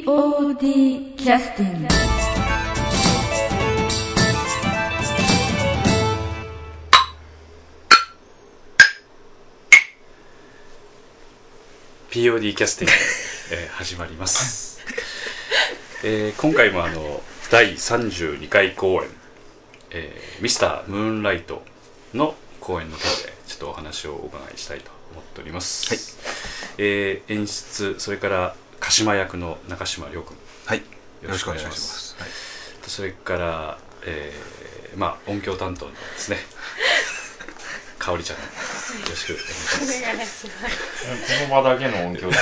POD キャスティング。 POD キャスティング、始まります。今回も第32回公演、ミスタームーンライトの公演の件でちょっとお話をお伺いしたいと思っております。はい。演出、それから鹿島役の中島亮君、 はい、よろしくお願いします。 はい、それから、音響担当のですねかおりちゃん、よろしくお願いします。 この場だけの音響担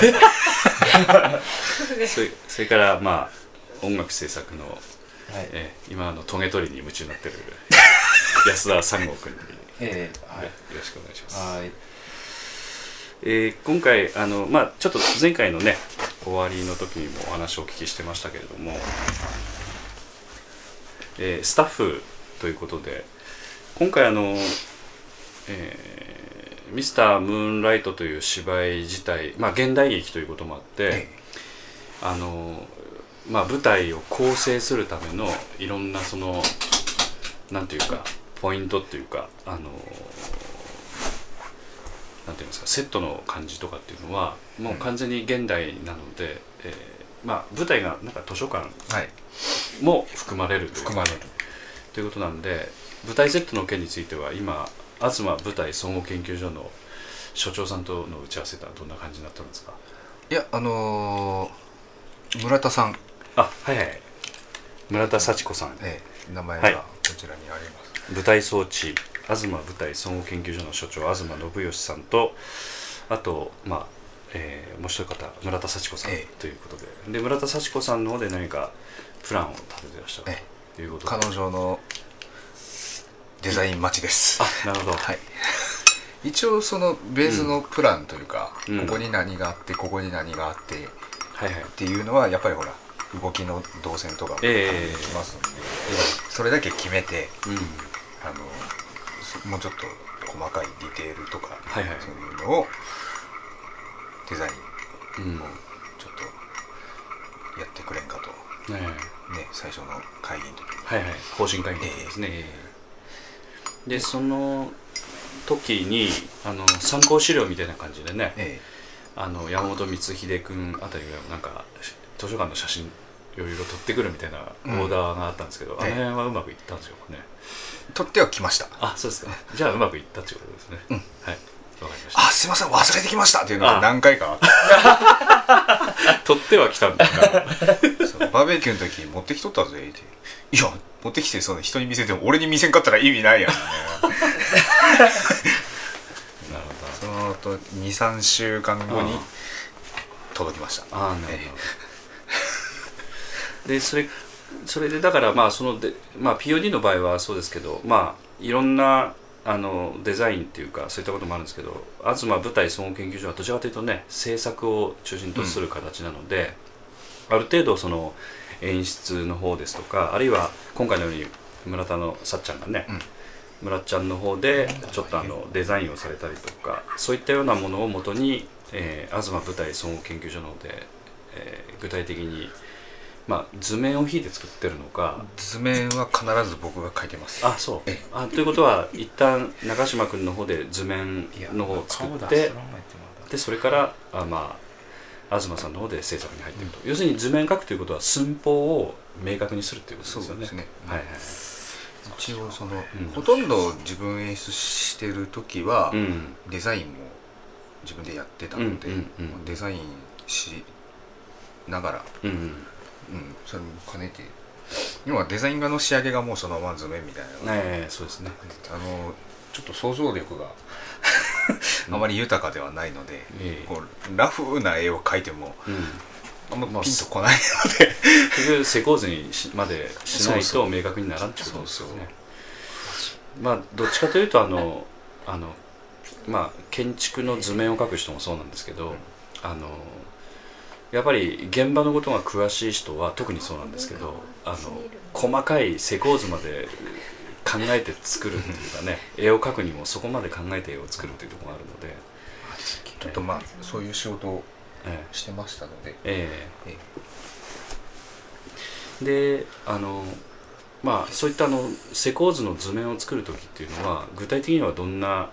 当それから音楽制作の、 はい、 今トゲ取りに夢中になってる安田三郷君に、よろしくお願いします。はい。今回ちょっと前回のね終わりの時にもお話をお聞きしてましたけれども、スタッフということで今回ミスタームーンライトという芝居自体、現代劇ということもあって、舞台を構成するためのいろんなそのなんていうかポイントっていうかなんていうんですか、セットの感じとかっていうのはもう完全に現代なので、舞台がなんか図書館も含まれるということなんで、舞台セットの件については今東舞台総合研究所の所長さんとの打ち合わせはどんな感じになってるんですか？ いや、村田さん、 はいはい、村田幸子さん、 名前がこちらにあります。 舞台装置東舞台総合研究所の所長東信義さんと、あともう一方村田幸子さんということで、村田幸子さんの方で何かプランを立ててらっしゃるということで、 彼女のデザイン待ちです。 なるほど。はい。 一応そのベースのプランというか、ここに何があってここに何があって、っていうのはやっぱりほら動きの動線とかもきますので、それだけ決めて、もうちょっと細かいディテールとか、そういうのをデザインをちょっとやってくれんかと、最初の会議の時に、 方針会議ですね。でその時に参考資料みたいな感じでね、山本光秀君あたりがなんか図書館の写真いろいろ撮ってくるみたいなオーダーがあったんですけど、あの辺はうまくいったんですよね。 撮ってはきました。 そうですか。じゃあうまくいったっていうことですね。はい、わかりました。 すいません、忘れてきましたっていうのが何回か撮ってはきたんだからバーベキューの時持ってきとったぜって、いや持ってきてその人に見せても俺に見せんかったら意味ないやんみたいなその後 2,3 週間後に届きました。 なるほど。でそれでだからPOD の場合はそうですけど、いろんなデザインっていうかそういったこともあるんですけど、東舞台総合研究所はどちらかというとね制作を中心とする形なので、ある程度その演出の方ですとか、あるいは今回のように村田のさっちゃんがね、村ちゃんの方でちょっとデザインをされたりとか、そういったようなものをもとに、東舞台総合研究所の方で、具体的に図面を引いて作ってるのか。 図面は必ず僕が描いてます。 そう。ということは一旦中島君の方で図面の方を作って、でそれから東さんの方で制作に入っていると、要するに図面描くということは寸法を明確にするということですよね。 そうですね。一応その、ほとんど自分演出してる時は、デザインも自分でやってたので、デザインしながら、それも兼ねて、今はデザイン画の仕上げがもうそのまま図面みたいな、 そうですね。 ちょっと想像力があまり豊かではないので、こうラフな絵を描いても、あんまピンとこないので結局施工図にまでしないと明確にならんってことですよね。どっちかというと建築の図面を描く人もそうなんですけど、やっぱり現場のことが詳しい人は特にそうなんですけど、細かい施工図まで考えて作るっていうかね絵を描くにもそこまで考えて絵を作るっていうところがあるので、 ちょっとそういう仕事をしてましたので、 でまあそういった施工図の図面を作る時っていうのは具体的にはどんな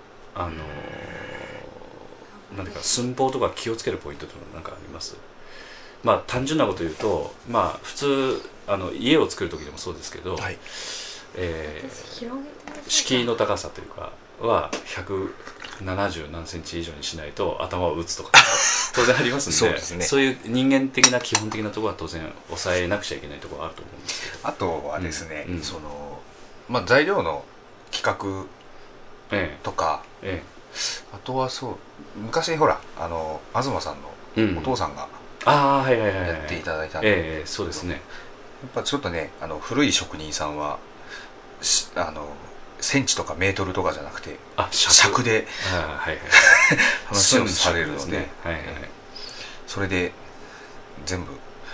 なんていうか寸法とか気をつけるポイントというのは何かあります？まあ単純なこと言うと、まあ普通家を作る時でもそうですけど、 はい、 敷居の高さというかは170何センチ以上にしないと頭を打つとか当然ありますんで、 そうですね、 そういう人間的な基本的なところは当然抑えなくちゃいけないところはあると思うんですけど、 あとはですね、まあ、材料の企画とか、あとは昔ほら東さんのお父さんがやっていただいたんで、 そうですね、 やっぱちょっとね古い職人さんはセンチとかメートルとかじゃなくて尺で話をされるので、それで全部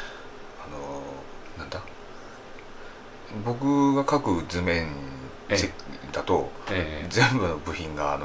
なんだ僕が書く図面だと、全部の部品が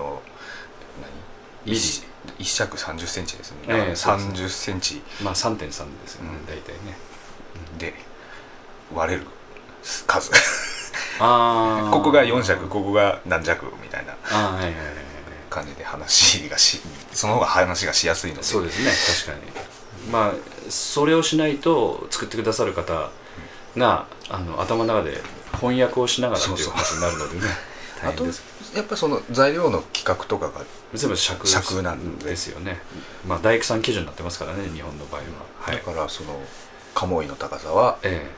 一尺30センチですね、30センチ、 まあ 3.3 ですよね、大体ね、 で割れる数ここが4尺、ここが何尺みたいな感じでその方が話がしやすいので。 そうですね、確かに。まあそれをしないと作ってくださる方が頭の中で翻訳をしながらという話になるのでね。 あとやっぱその材料の規格とかが全部尺なんですよね。まあ大工さん基準になってますからね、日本の場合は。 だからその鴨居の高さは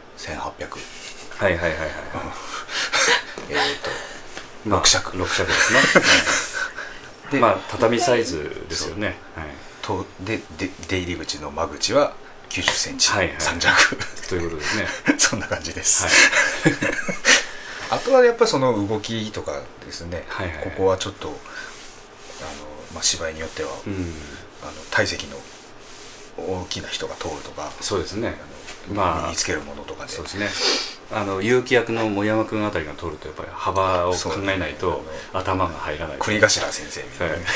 1800、6尺ですね。まあ畳サイズですよね。 で出入り口の間口は90センチ、3尺ということですね。 そんな感じです。あとはやっぱりその動きとかですね、ここはちょっとまあ、芝居によっては、体積の大きな人が通るとか、 そうですね、 身につけるものとかで、 そうですね、結城役の森山君あたりが通るとやっぱり幅を考えないと頭が入らない。 国頭先生みたいな、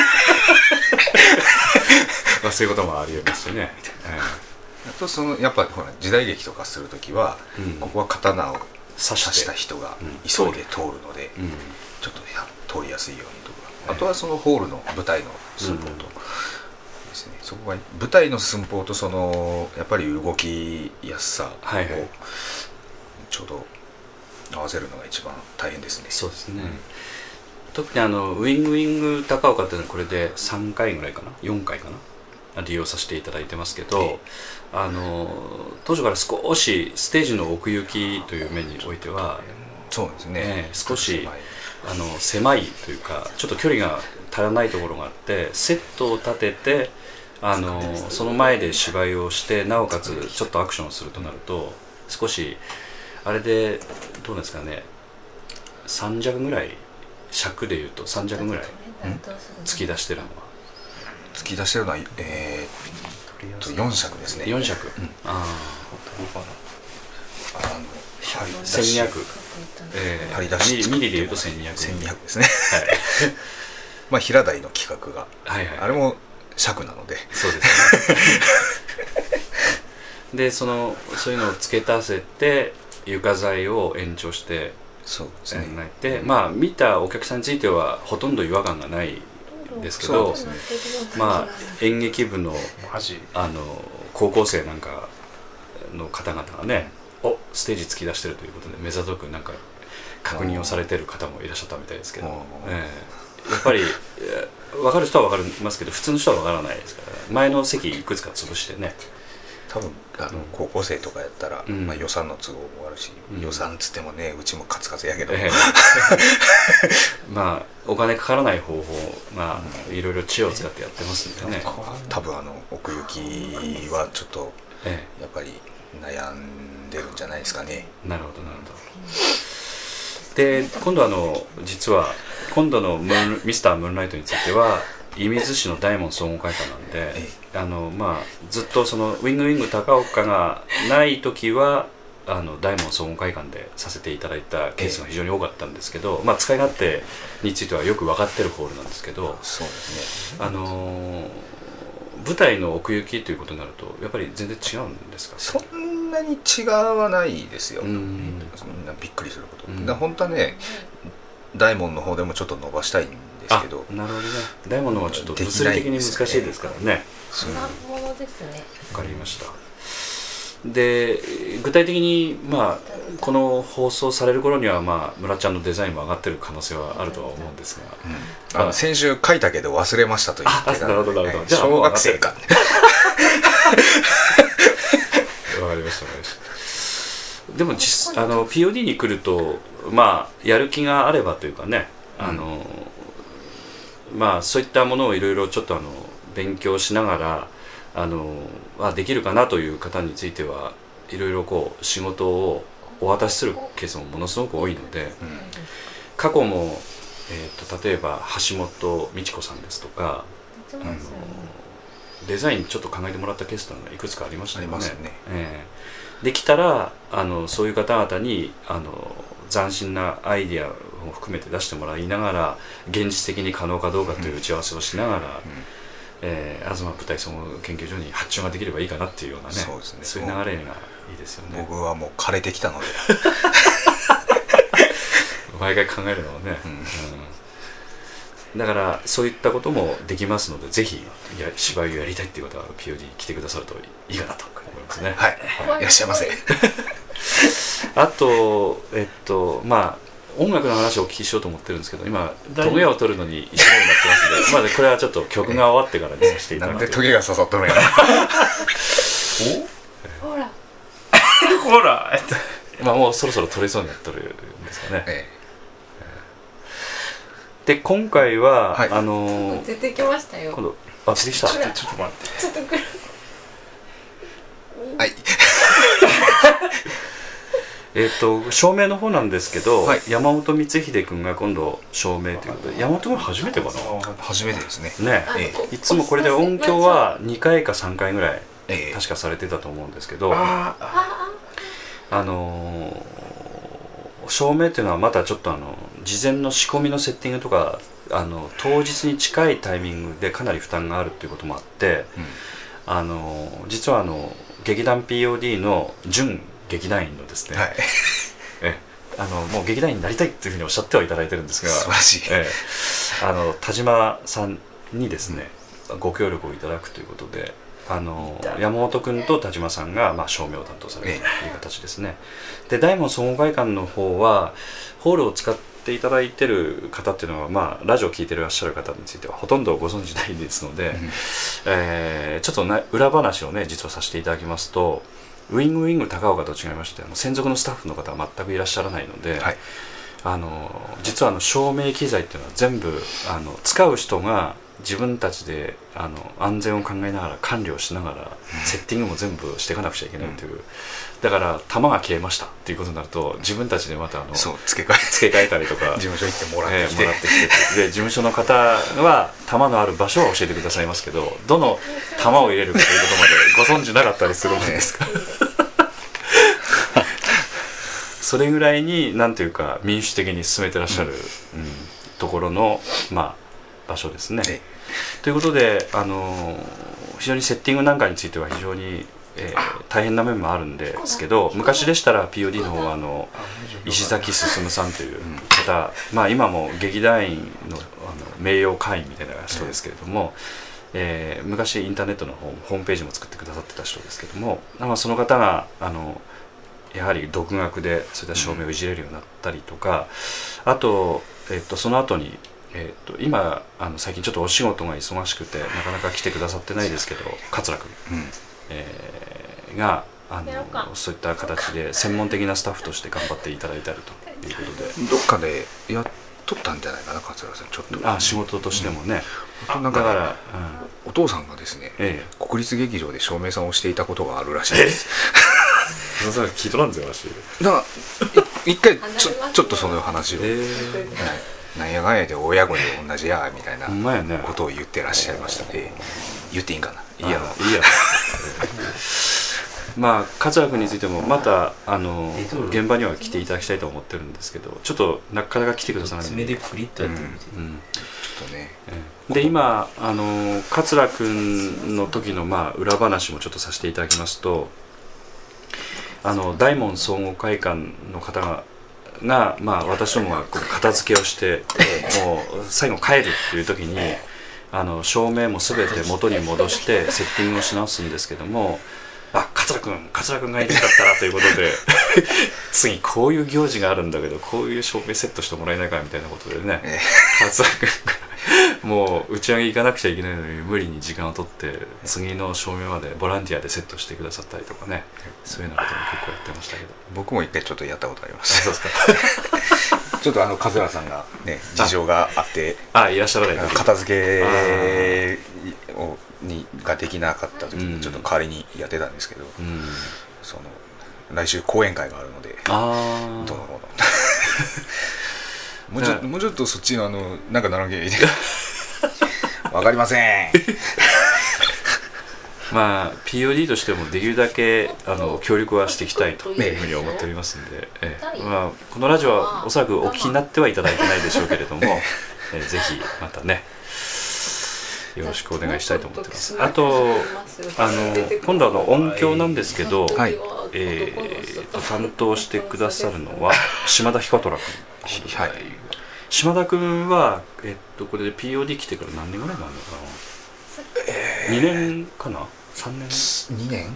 まあそういうこともありえますよね。 あとやっぱほら時代劇とかするときは、ここは刀を刺した人が急いで通るので、ちょっと通りやすいようにとか、あとはそのホールの舞台の寸法とですね、そこが舞台の寸法とやっぱり動きやすさをちょうど合わせるのが一番大変ですね。 そうですね、特にウィング高岡っていうのはこれで3回ぐらいかな、4回かな、利用させていただいてますけど、当初から少しステージの奥行きという面においては、 そうですね、 少し狭いというかちょっと距離が足らないところがあって、セットを立ててその前で芝居をして、なおかつちょっとアクションをするとなると、少しあれでどうですかね、3尺ぐらい、尺でいうと3尺ぐらい突き出してるのは、 突き出してるのは4尺ですね。 4尺、1200、 張り出しミリでいうと1200 ですね。まあ平台の規格が、あれも尺なので、 そうですね。でそういうのを付け足せて床材を延長してまあ見たお客さんについてはほとんど違和感がないですけど、まあ演劇部の高校生なんかの方々がね、ステージ突き出してるということで目ざとくなんか確認をされてる方もいらっしゃったみたいですけど、やっぱり分かる人は分かりますけど、普通の人は分からないですから、前の席いくつか潰してね、 多分高校生とかやったら、まあ、予算の都合もあるし、予算つってもね、うちもカツカツやけど、 まあお金かからない方法がいろいろ知恵を使ってやってますんでね、 多分奥行きはちょっとやっぱり悩んでるんじゃないですかね。 なるほどなるほど。で今度実は今度のミスタームーンライトについては射水市の大門総合会館なんで、まあずっとウィング高岡がない時は大門総合会館でさせていただいたケースが非常に多かったんですけど、まあ使い勝手についてはよく分かってるホールなんですけど、 そうですね、舞台の奥行きということになるとやっぱり全然違うんですか？ そんんなに違わないですよ、みんなびっくりすること、だ本当はね大門の方でもちょっと伸ばしたいんですけど、 なるほどね、大門の方はちょっと物理的に難しいですからね。 品物ですね。 わかりました。で具体的にこの放送される頃には村ちゃんのデザインも上がってる可能性はあるとは思うんですが、 先週書いたけど忘れましたと言ってた。 なるほどなるほど。 じゃあ小学生か。 わかりました。でもPOD に来るとやる気があればというかね、そういったものをいろいろちょっと勉強しながらできるかなという方についてはいろいろ仕事をお渡しするケースもものすごく多いので、過去も、例えば橋本美智子さんですとかデザインちょっと考えてもらったケースというのがいくつかありましたよね。できたらそういう方々に斬新なアイディアを含めて出してもらいながら現実的に可能かどうかという打ち合わせをしながら、東舞台総合研究所に発注ができればいいかなっていうようなね、そういう流れがいいですよね。 僕はもう枯れてきたので毎回考えるのはね、だからそういったこともできますので、ぜひ芝居をやりたいっていう方は POD に来てくださるといいかなと思いますね。 はい、いらっしゃいませ。 あと音楽の話をお聞きしようと思ってるんですけど、今トゲを取るのに一緒になってますのでこれはちょっと曲が終わってからにさせていただいて。 なんでトゲが刺さっとるんやろ。 ほらもうそろそろ取れそうになっとるんですかね。で今回は、 出てきましたよ。 今度出てきた。ちょっと待って。 ちょっとくらはい。 照明の方なんですけど、山本光秀君が今度照明ということで、山本君初めてかな。 初めてですね。 いつもこれで音響は2回か3回ぐらい確かされてたと思うんですけど、照明っていうのはまたちょっと事前の仕込みのセッティングとか当日に近いタイミングでかなり負担があるっていうこともあって、実は劇団 POD の準劇団員のですね、もう劇団員になりたいっていうふうにおっしゃってはいただいてるんですが、 素晴らしい、 田島さんにですね、ご協力をいただくということで、山本君と田島さんが照明を担当されるという形ですね。で大門総合会館の方はホールを使っていただいてる方っていうのは、ラジオを聞いてらっしゃる方についてはほとんどご存じないですので、ちょっと裏話をね実はさせていただきますと、ウィングウィング高岡と違いまして専属のスタッフの方は全くいらっしゃらないので、実は照明機材っていうのは全部使う人が自分たちで安全を考えながら管理をしながらセッティングも全部していかなくちゃいけないという、だから弾が消えましたっていうことになると自分たちでまた付け替えたりとか事務所行ってもらってきて、 で事務所の方は弾のある場所は教えてくださいますけど、どの弾を入れるかということまでご存じなかったりするものですか。それぐらいになんていうか民主的に進めてらっしゃる、ところの場所ですね。ということで非常にセッティングなんかについては非常に、大変な面もあるんですけど、昔でしたら POD の方は石崎進さんという方、今も劇団員の名誉会員みたいな人ですけれども、昔インターネットのホームページも作ってくださってた人ですけども、その方がやはり独学でそういった照明をいじれるようになったりとか、あと、その後に今最近ちょっとお仕事が忙しくてなかなか来てくださってないですけど、桂君、がそういった形で専門的なスタッフとして頑張っていただいてあるということで、 どっかでやっとったんじゃないかな、桂さんちょっと仕事としてもね、 だから、お父さんがですね、国立劇場で照明さんをしていたことがあるらしいです。 それ聞いとらんですよ、私。 だから一回ちょっとその話を、なんやかんやで親子で同じやみたいなことを言ってらっしゃいました。言っていいんかな。いいやろ。 桂君についてもまた現場には来ていただきたいと思ってるんですけど、ちょっとなかなか来てくださらないので、 爪でクリッとやってみて、 ちょっとね。 で今桂君の時の裏話もちょっとさせていただきますと、 大門総合会館の方がまあ、私どもがこう片付けをしてもう最後帰るっていう時に照明も全て元に戻してセッティングをし直すんですけども、桂君がいるんだったらということで次こういう行事があるんだけどこういう照明セットしてもらえないかみたいなことでね、桂君がもう打ち上げ行かなくちゃいけないのに無理に時間を取って次の照明までボランティアでセットしてくださったりとかね、そういうようなことも結構やってましたけど。 僕も一回ちょっとやったことあります。 そうですかちょっと桂さんがね事情があっていらっしゃらない時片付けができなかった時にちょっと代わりにやってたんですけど、その来週講演会があるのでどうのこうのもうちょっとそっちのなんかならなきゃいけないわかりませんまあ POD としてもできるだけ協力はしていきたいというふうに思っておりますので、まあ、このラジオはおそらくお聞きになってはいただいてないでしょうけれども、ぜひまたねよろしくお願いしたいと思ってます。あと今度音響なんですけど、担当してくださるのは島田彦虎君、島田君は、これで POD 来てから何年ぐらいになるのかな、2年かな3年 2年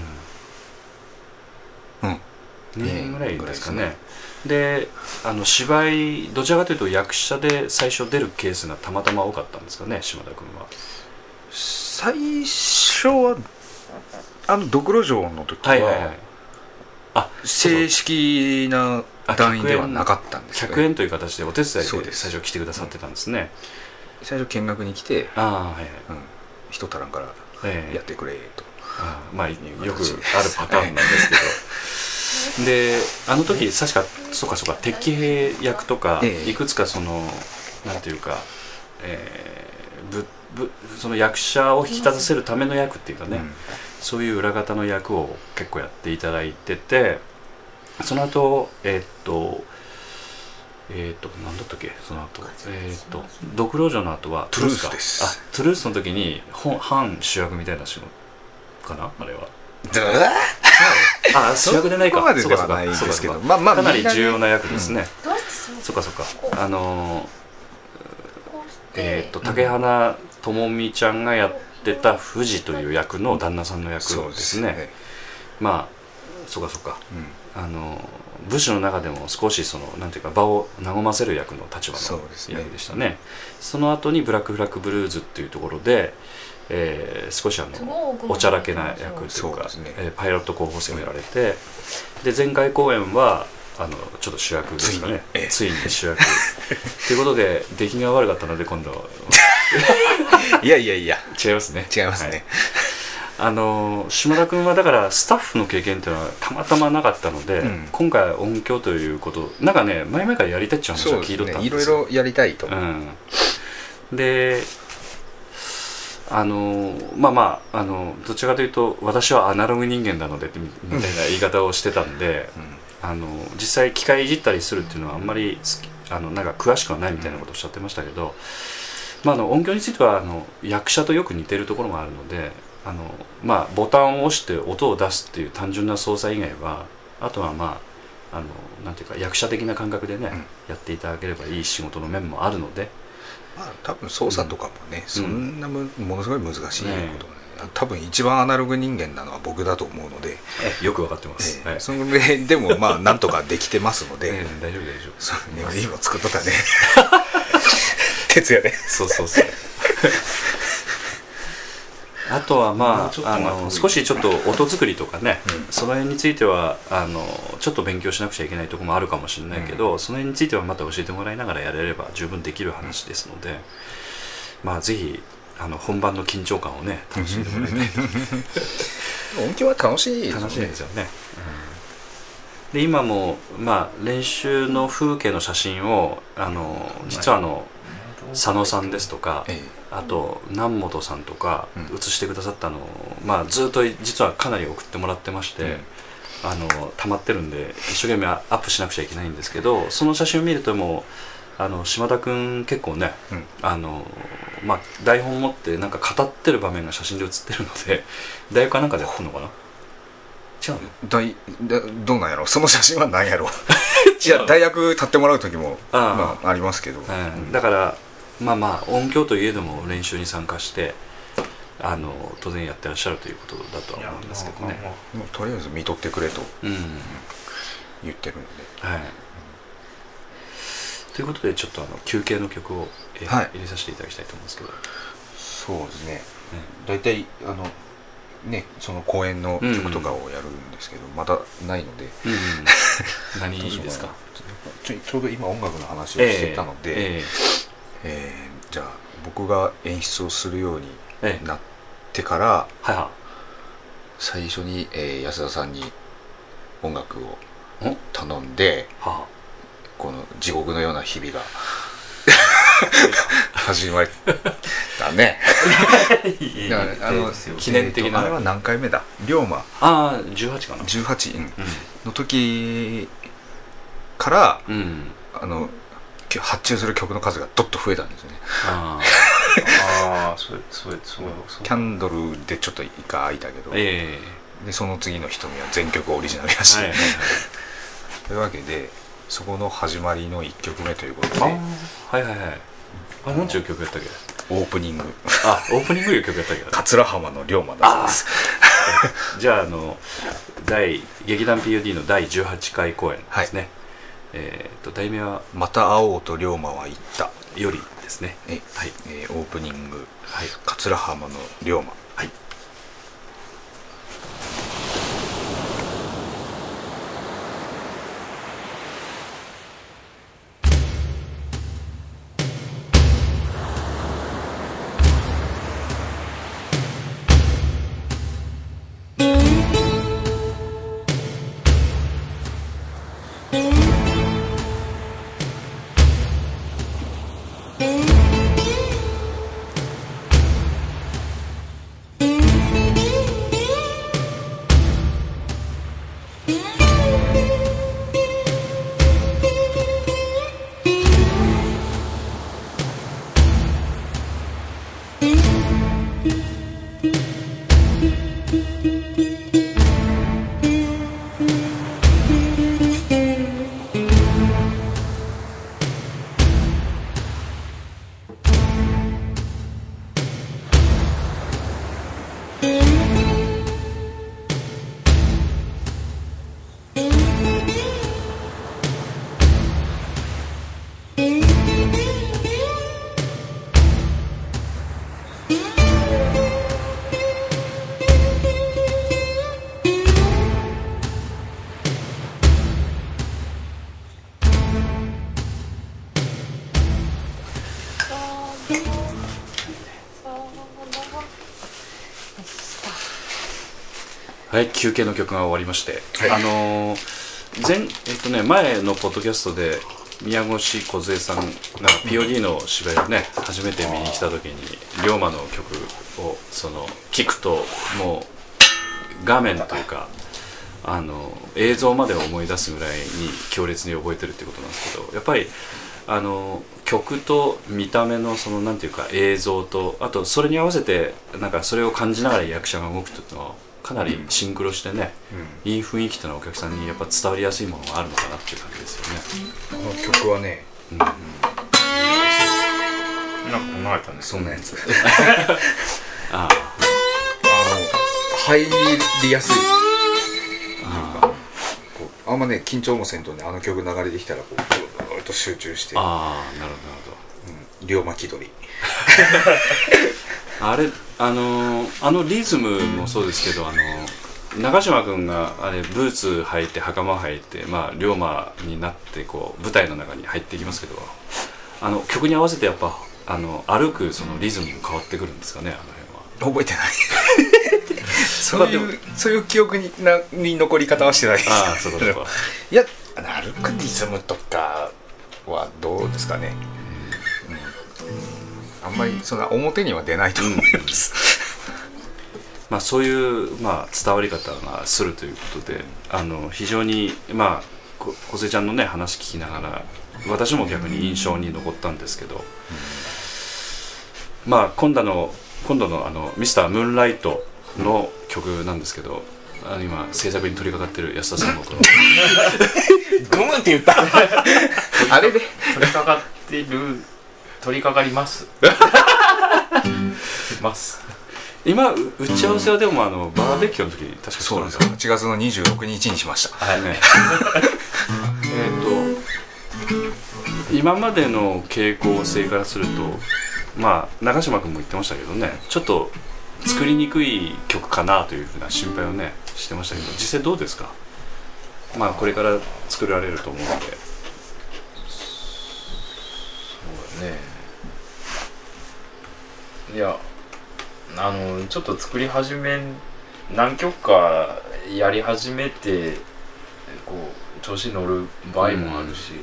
2年ぐらいですかね。で芝居どちらかというと役者で最初出るケースがたまたま多かったんですかね、島田君は。 最初はドクロ城の時は、正式な団員ではなかったんですよね。 100円という形でお手伝いで最初来てくださってたんですね。 最初見学に来て一足らんからやってくれと、 まあよくあるパターンなんですけどで時確かそうか敵兵役とか、いくつかなんていうか、その役者を引き立たせるための役っていうかね、そういう裏方の役を結構やっていただいてて、その後なんだったっけ、その後ドクロ城の後はトゥルースです。 トゥルースの時に反主役みたいな仕事かな、あれは。主役でないか、 そうかないですけど、 かなり重要な役ですね。そうか竹花智美ちゃんがやってた藤という役の旦那さんの役ですね。まあそうか、武士の中でも少しなんていうか場を和ませる役の立場の役でしたね。その後にブラックフラッグブルーズっていうところで、少しおちゃらけな役というか、パイロット候補生をやられて、で前回公演はちょっと主役ですかね、ついに主役ということで出来が悪かったので今度いや違いますね。島田君はだからスタッフの経験っていうのはたまたまなかったので、今回音響ということなんかね前々からやりたいっていう話は聞いとったんですよ。 いろいろやりたいと、 でどちらかというと私はアナログ人間なのでみたいな言い方をしてたんで、実際機械いじったりするっていうのはあんまりなんか詳しくはないみたいなことをおっしゃってましたけど、音響については役者とよく似てるところがあるので、ボタンを押して音を出すっていう単純な操作以外はあとはなんていうか役者的な感覚でね、やっていただければいい仕事の面もあるので、 多分操作とかもね、そんなものすごい難しいこと、多分一番アナログ人間なのは僕だと思うので、 よくわかってます。 それでもなんとかできてますので、 大丈夫。 今作っとったね徹夜で。そうあとは少しちょっと音作りとかね、その辺についてはちょっと勉強しなくちゃいけないところもあるかもしれないけど、その辺についてはまた教えてもらいながらやれれば十分できる話ですので、ぜひ本番の緊張感をね楽しんでもらいたい音響は楽しいですよね。で今も練習の風景の写真を実は佐野さんですとか、あと南本さんとか写してくださったのを、ずっと実はかなり送ってもらってまして、溜まってるんで一生懸命アップしなくちゃいけないんですけど、その写真を見るともう島田君結構ね、台本持ってなんか語ってる場面が写真で写ってるので、大学かなんかでやってるのかな。 違うどうなんやろその写真は何やろいや大学立ってもらう時もありますけど、 だから音響といえども練習に参加して当然やってらっしゃるということだとは思うんですけどね。 とりあえず見とってくれと言ってるので、 はい、ということでちょっと休憩の曲を、入れさせていただきたいと思うんですけど。 そうですね、大体その公演の曲とかをやるんですけど、まだないので、 何ですか？ ちょうど今音楽の話をしてたので、じゃあ僕が演出をするようになってから、最初に安田さんに音楽を頼んで、この地獄のような日々が始まったね。 記念的な、 あれは何回目だ？龍馬 18かな、 18の時から、発注する曲の数がどっと増えたんですよね。キャンドルでちょっと一回空いたけど、でその次の瞳は全曲オリジナルやし、というわけでそこの始まりの1曲目ということで、 何ちゅう曲やったっけ？ オープニング。 オープニングいう曲やったっけ？ 桂浜の龍馬だそうです。 じゃあ劇団 POD の第18回公演ですね。題名はまた会おうと龍馬は言ったよりですね。 オープニング、桂浜の龍馬。 休憩の曲が終わりまして、前のポッドキャストで宮越梢さんが POD の芝居をね初めて見に来た時に龍馬の曲を聴くともう画面というか映像まで思い出すぐらいに強烈に覚えてるっていうことなんですけど、やっぱり曲と見た目のなんていうか映像と、あとそれに合わせてそれを感じながら役者が動くというのはかなりシンクロしてね、いい雰囲気というのはお客さんにやっぱ伝わりやすいものがあるのかなっていう感じですよね。 この曲はね、 なんかこんなやったんですそんなやつ入りやすい。あんまね緊張もせんとね、曲流れてきたらこうぐーっと集中して、 なるほど、 龍馬気取りあれリズムもそうですけど、長嶋君がブーツ履いて袴履いて、龍馬になってこう舞台の中に入っていきますけど、曲に合わせてやっぱ歩くそのリズムも変わってくるんですかね、 覚えてないそういう記憶に残り方はしてない。 そうかそうかいや歩くリズムとかはどうですかね、あんまりそんな表には出ないと思います、 そういう伝わり方がするということで、非常に梢ちゃんのね話聞きながら私も逆に印象に残ったんですけど、今度のミスタームーンライトの曲なんですけど、 今制作に取り掛かってる安田さんのグムンって言ったあれで取り掛かります今打ち合わせはでもバーベキューの時に確かそうなんですよ。8月の26日にしました。 はいね今までの傾向性からするとまあ長嶋君も言ってましたけどね、ちょっと作りにくい曲かなというふうな心配をねしてましたけど、実際どうですか？まあこれから作られると思うので。 そうだね。いやちょっと作り始め何曲かやり始めてこう調子に乗る場合もあるし、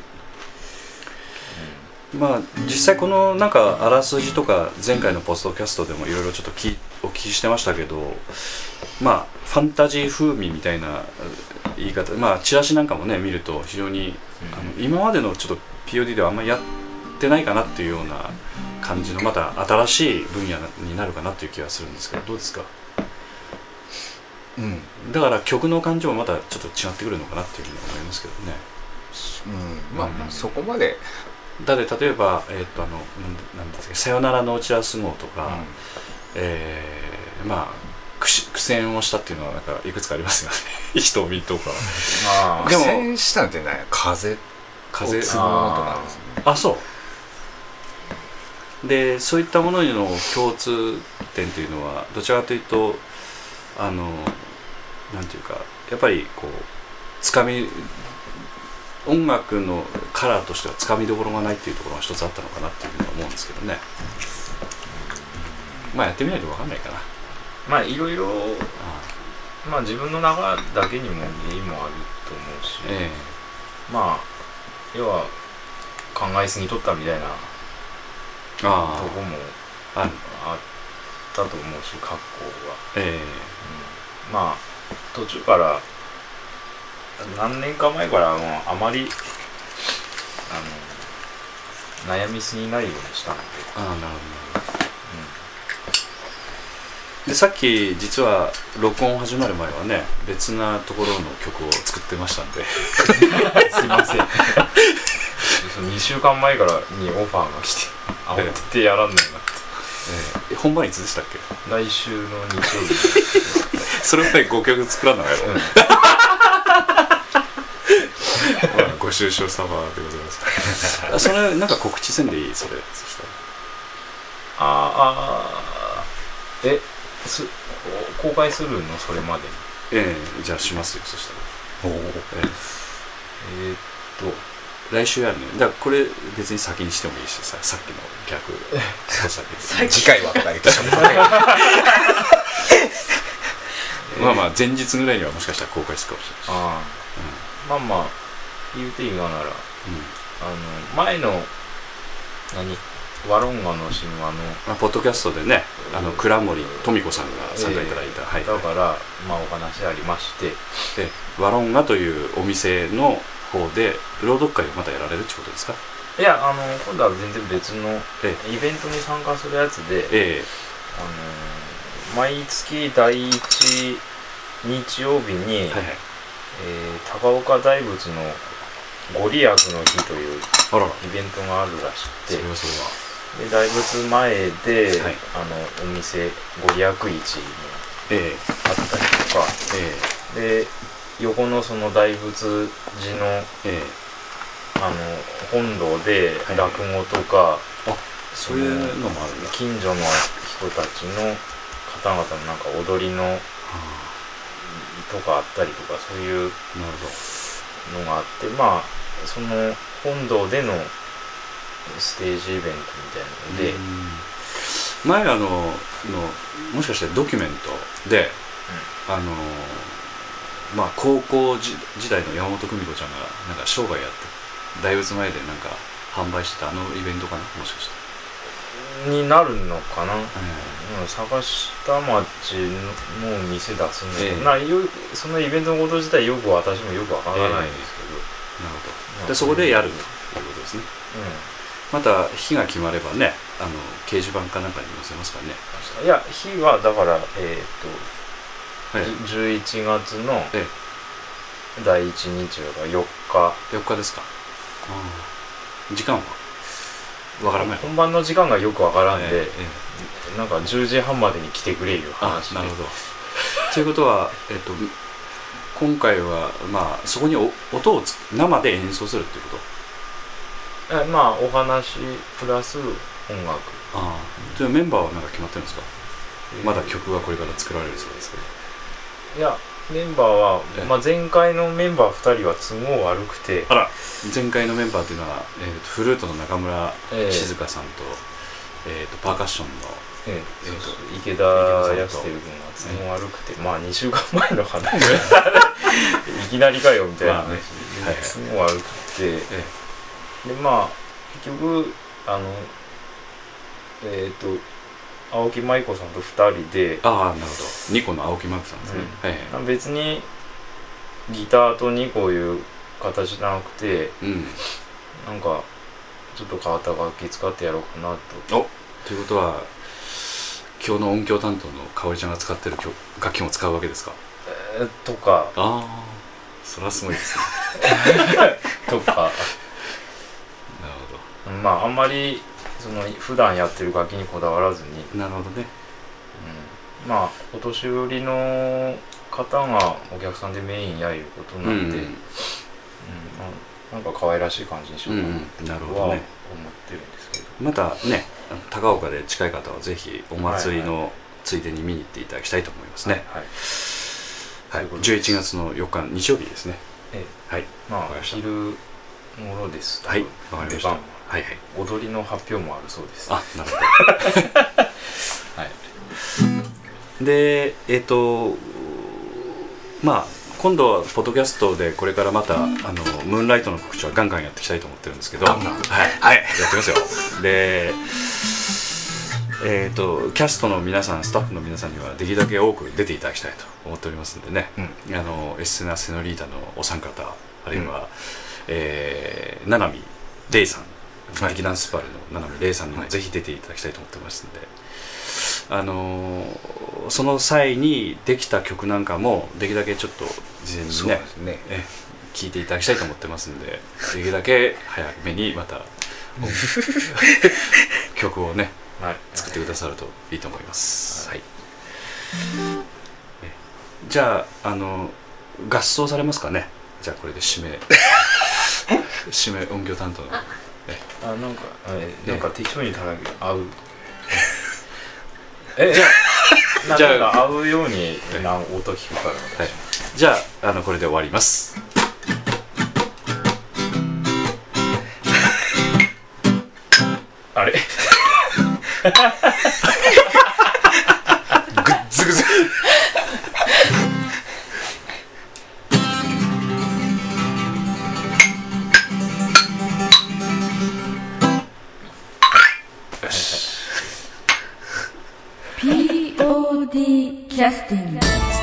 まあ実際このなんかあらすじとか前回のポストキャストでもいろいろちょっとお聞きしてましたけど、まあファンタジー風味みたいな言い方、まあチラシなんかもね見ると非常に、今までのちょっと POD ではあんまりやってないかなっていうような感じのまた新しい分野になるかなっていう気がするんですけど、どうですか？だから曲の感情もまたちょっと違ってくるのかなっていうふうに思いますけどね。 まあそこまでだって例えばなんですか、さよならの打ち合わせ号とか、まあ苦戦をしたっていうのはなんかいくつかありますよね瞳とか。 でも苦戦したんってね、風を継ぐ音なんですね。 あ、そうで、そういったものの共通点というのはどちらかというとなんていうか、やっぱりこうつかみ音楽のカラーとしてはつかみどころがないっていうところが一つあったのかなっていうふうに思うんですけどね。まあやってみないと分かんないかな。 まあいろいろまあ自分の中だけにも原因もあると思うし、まあ要は考えすぎとったみたいなとこもあったと思うし、格好は、まあ途中から何年か前からあまり悩みすぎないようにしたので。 なるほど。でさっき実は録音始まる前はね別なところの曲を作ってましたんですいません2週間前からにオファーが来て慌ててやらんないなって、 本番いつでしたっけ？ 来週の日曜日それは5曲作らんのやろ、ご愁傷様でございますそれなんか告知せんでいい？それそしたら公開するのそれまでに。 じゃあしますよ。そしたら来週やるね。だからこれ別に先にしてもいいしさ、さっきの逆次回はとか言ってしまうまあまあ前日ぐらいにはもしかしたら公開するかもしれないし、 まあまあ言うていいがなら、前のワロンガの神話のポッドキャストでね倉森富子さんが参加いただいた、 だからまあお話ありまして、 ワロンガというお店の方で朗読会をまたやられるってことですか？ いや今度は全然別のイベントに参加するやつで、毎月第1日曜日に、高岡大仏のご利益の日というイベントがあるらしくて、で大仏前で、お店ご利益市もあったりとか、で横のその大仏寺の、本堂で落語とか、 そういうのもあるんだ。 近所の人たちの方々のなんか踊りのとかあったりとか、そういうのがあって、まあその本堂でのステージイベントみたいなので、 前もしかしてドキュメントで、まあ高校時代の山本久美子ちゃんがなんか商売やって大仏前でなんか販売してたイベントかな、もしかしてになるのかな、坂下町の店出すんだけど、そのイベントのこと自体私もよくわからないんですけど、 なるほど。でそこでやるということですね。また日が決まればね掲示板かなんかに載せますからね。 いや日はだから 11月の第1日曜が4 日ですか。時間はわからない。 本番の時間がよくわからんで、なんか10時半までに来てくれいう話で。 なるほど。ということは、今回はまあそこに音を生で演奏するっていうこと。 まあお話プラス音楽。 じゃあメンバーはなんか決まってるんですか。まだ曲がこれから作られるそうですけど。 いや、メンバーは、前回のメンバー2人は都合悪くて。 前回のメンバーというのは、フルートの中村静香さんと、パーカッションの、 池田康輝君が都合悪くて、2週間前の話いきなりかよみたいな話で都合悪くて、で結局青木舞子さんと2人で。 なるほど。ニコの青木舞子さんですね。 別にギターとニコいう形じゃなくて、なんかちょっと変わった楽器使ってやろうかなと。 ということは今日の音響担当のかおりちゃんが使ってる楽器も使うわけですか。 とか。 それはすごいですね。 とか。なるほど。あんまり普段やってる楽器にこだわらずに。 なるほどね。 お年寄りの方がお客さんでメインやいうことなんで、なんか可愛らしい感じにしようかなとは思ってるんですけど。 またね、高岡で近い方はぜひお祭りのついでに見に行っていただきたいと思いますね。11月の4日日曜日ですね。 昼頃です。 はい、わかりました。 踊りの発表もあるそうです。 なるほど。で、今度はポッドキャストでこれからまたムーンライトの告知はガンガンやっていきたいと思ってるんですけど、やってますよ。で、キャストの皆さん、スタッフの皆さんにはできるだけ多く出ていただきたいと思っておりますのでね、エッセナ・セノリータのお三方、あるいは七海レイさん、劇団スパルの七海レイさんにもぜひ出ていただきたいと思ってますので、その際にできた曲なんかもできるだけちょっと事前にね聴いていただきたいと思ってますので、できるだけ早めにまた曲をね作ってくださるといいと思います。じゃあ合奏されますかね。じゃあこれで締め音響担当のなんか適当に叩く合う。 じゃあ合うように音聞くから。 じゃあこれで終わります。 あれグッズグズ POD キャスティング